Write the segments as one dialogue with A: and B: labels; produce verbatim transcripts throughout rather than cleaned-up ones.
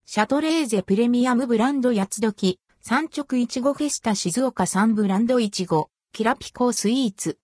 A: シャトレーゼプレミアムブランド八つ時、産直いちごフェスタ静岡産ブランドいちご、キラピコスイーツ。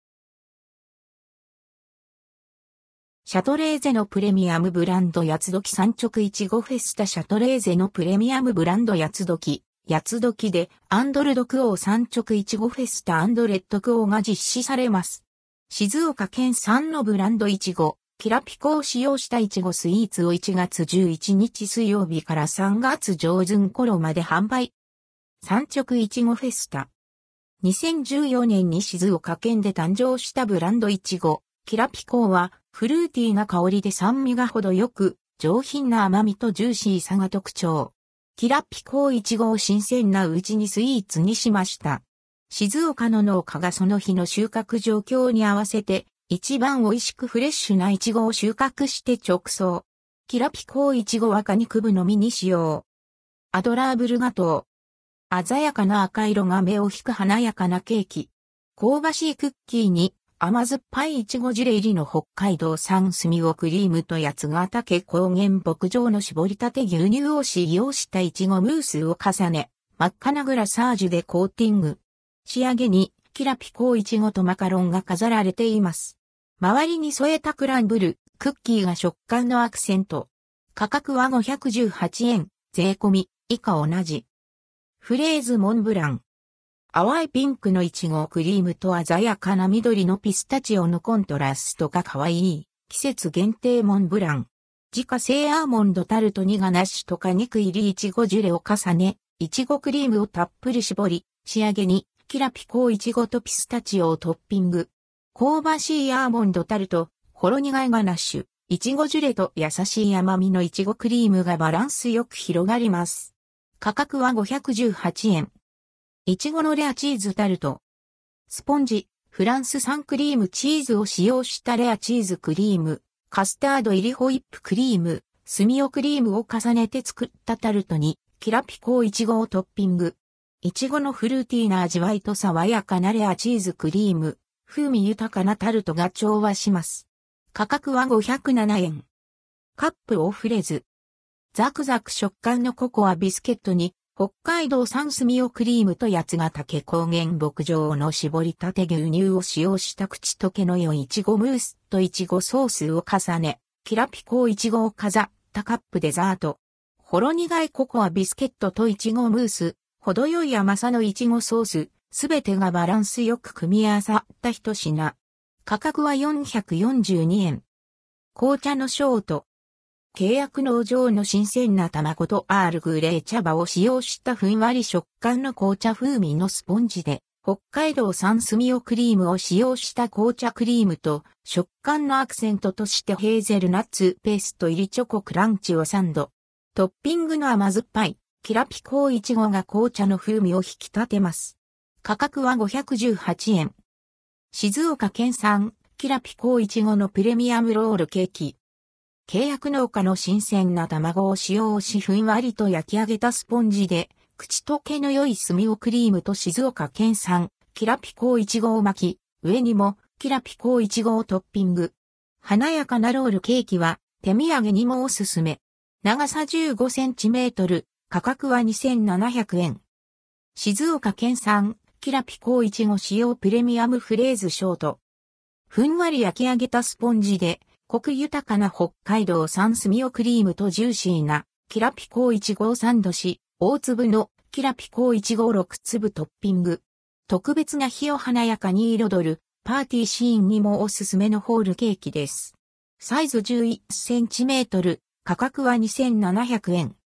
A: シャトレーゼのプレミアムブランド八つ時産直いちごフェスタシャトレーゼのプレミアムブランド八つ時、八つ時でアンドルドクオー産直いちごフェスタアンドレッドクオーが実施されます。静岡県産のブランドいちご、キラピコを使用したいちごスイーツをいちがつじゅういちにち水曜日からさんがつ上旬頃まで販売。産直いちごフェスタ。にせんじゅうよねんに静岡県で誕生したブランドいちご、キラピコはフルーティーな香りで酸味が程よく、上品な甘みとジューシーさが特徴。キラピコいちごを新鮮なうちにスイーツにしました。静岡の農家がその日の収穫状況に合わせて、一番美味しくフレッシュなイチゴを収穫して直送。キラピコいちごは果肉部のみに使用。アドラーブルガトー。鮮やかな赤色が目を引く華やかなケーキ。香ばしいクッキーに甘酸っぱいイチゴジュレ入りの北海道産スミオクリームと八ヶ岳高原牧場の絞りたて牛乳を使用したイチゴムースを重ね、真っ赤なグラサージュでコーティング。仕上げにキラピコいちごとマカロンが飾られています。周りに添えたクランブル、クッキーが食感のアクセント。価格はごひゃくじゅうはちえん、税込み、以下同じ。フレーズモンブラン。淡いピンクのイチゴクリームと鮮やかな緑のピスタチオのコントラストが可愛い季節限定モンブラン。自家製アーモンドタルトにガナッシュと果肉入りイチゴジュレを重ね、イチゴクリームをたっぷり絞り、仕上げにキラピコイチゴとピスタチオをトッピング。香ばしいアーモンドタルト、ほろ苦いガナッシュ、イチゴジュレと優しい甘みのイチゴクリームがバランスよく広がります。価格はごひゃくじゅうはちえん。いちごのレアチーズタルト。スポンジ、フランス産クリームチーズを使用したレアチーズクリーム、カスタード入りホイップクリーム、スミオクリームを重ねて作ったタルトに、キラピコイチゴをトッピング。イチゴのフルーティーな味わいと爽やかなレアチーズクリーム、風味豊かなタルトが調和します。価格はごひゃくななえん。カップオフレズ。ザクザク食感のココアビスケットに、北海道産スミオクリームと八ヶ岳高原牧場の絞りたて牛乳を使用した口溶けの良いイチゴムースとイチゴソースを重ね、キラピコイチゴを飾ったカップデザート。ほろ苦いココアビスケットとイチゴムース、程よい甘さのイチゴソース、すべてがバランスよく組み合わさった一品。価格はよんひゃくよんじゅうにえん。紅茶のショート。契約農場の新鮮な卵とアールグレー茶葉を使用したふんわり食感の紅茶風味のスポンジで、北海道産スミオクリームを使用した紅茶クリームと食感のアクセントとしてヘーゼルナッツペースト入りチョコクランチをサンド。トッピングの甘酸っぱい、キラピコイチゴが紅茶の風味を引き立てます。価格はごひゃくじゅうはちえん。静岡県産、キラピコイチゴのプレミアムロールケーキ。契約農家の新鮮な卵を使用しふんわりと焼き上げたスポンジで、口溶けの良いスミオクリームと静岡県産、キラピコイチゴを巻き、上にも、キラピコイチゴをトッピング。華やかなロールケーキは、手土産にもおすすめ。長さじゅうごセンチメートル、価格はにせんななひゃくえん。静岡県産、キラピコイチゴ使用プレミアムフレーズショート。ふんわり焼き上げたスポンジで、コク豊かな北海道産スミオクリームとジューシーなキラピコイチゴをサンドし、大粒のキラピコイチゴをろくつぶトッピング。特別な日を華やかに彩るパーティーシーンにもおすすめのホールケーキです。サイズじゅういちセンチメートル、価格はにせんななひゃくえん。